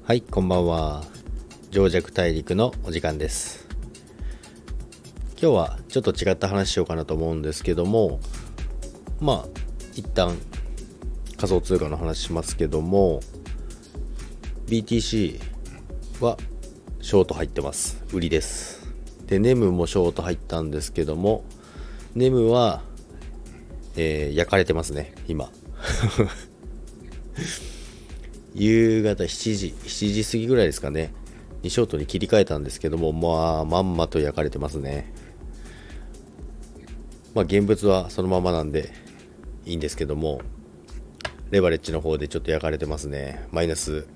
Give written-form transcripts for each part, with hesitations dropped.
はい、こんばんは。情弱大陸のお時間です。今日はちょっと違った話しようかなと思うんですけども、一旦仮想通貨の話しますけども、 BTC はショート入ってます。売りです。で、ネムもショート入ったんですけども、ネムは、焼かれてますね今夕方7時過ぎぐらいですかねにショートに切り替えたんですけども、まんまと焼かれてますね。現物はそのままなんでいいんですけども、レバレッジの方でちょっと焼かれてますね。マイナス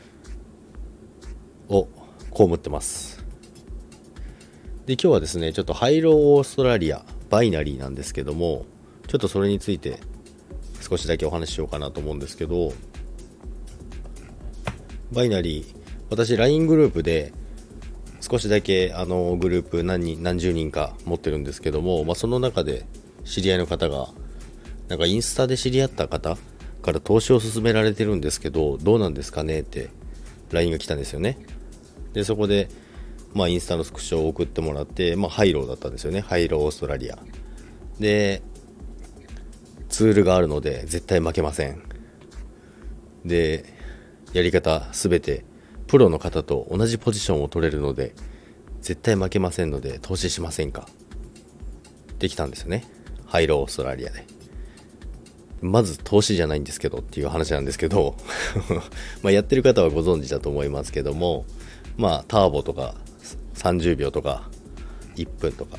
を被ってます。で、今日はですね、ちょっとハイローオーストラリアバイナリーなんですけども、ちょっとそれについて少しだけお話ししようかなと思うんですけど、バイナリー、私 LINE グループで少しだけグループ何十人か持ってるんですけども、その中で知り合いの方がなんかインスタで知り合った方から投資を勧められてるんですけど、どうなんですかねって LINE が来たんですよね。で、そこでインスタのスクショを送ってもらって、ハイローだったんですよね。ハイローオーストラリアでツールがあるので絶対負けません。で、やり方すべてプロの方と同じポジションを取れるので絶対負けませんので投資しませんかできたんですよね。ハイローオーストラリアで。まず投資じゃないんですけどっていう話なんですけどやってる方はご存知だと思いますけども、ターボとか30秒とか1分とか、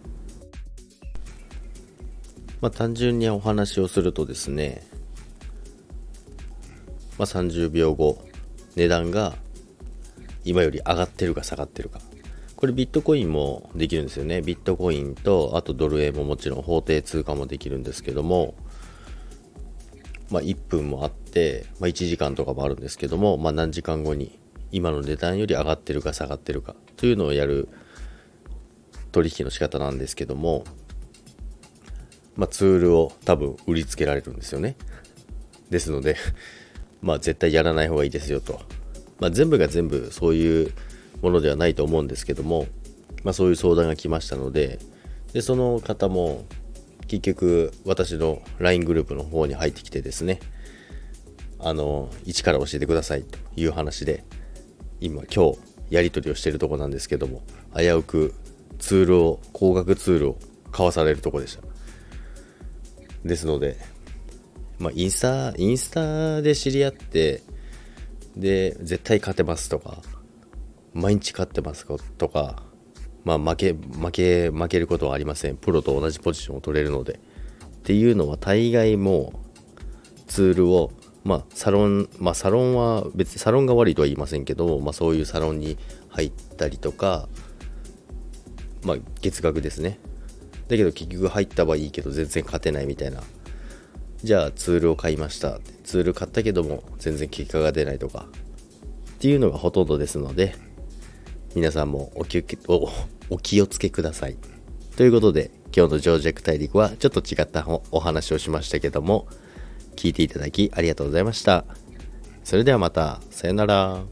単純にお話をするとですね、30秒後値段が今より上がってるか下がってるか、これビットコインもできるんですよね。ビットコインとあとドル円ももちろん法定通貨もできるんですけども、1分もあって、1時間とかもあるんですけども、何時間後に今の値段より上がってるか下がってるかというのをやる取引の仕方なんですけども、ツールを多分売りつけられるんですよね。ですので絶対やらない方がいいですよと。全部が全部そういうものではないと思うんですけども、そういう相談が来ましたので、その方も結局私の LINE グループの方に入ってきてですね、一から教えてくださいという話で今日やり取りをしているところなんですけども、危うく高額ツールを買わされるところでした。ですので、インスタで知り合って、で絶対勝てますとか、毎日勝ってますとか、負けることはありません。プロと同じポジションを取れるのでっていうのは、大概もうツールをサロンは別にサロンが悪いとは言いませんけど、そういうサロンに入ったりとか、月額ですね。だけど結局入ったはいいけど全然勝てないみたいな。じゃあツールを買いました。ツール買ったけども全然結果が出ないとかっていうのがほとんどですので、皆さんもお気をつけください。ということで、今日の情弱大陸はちょっと違ったお話をしましたけども、聞いていただきありがとうございました。それではまた、さよなら。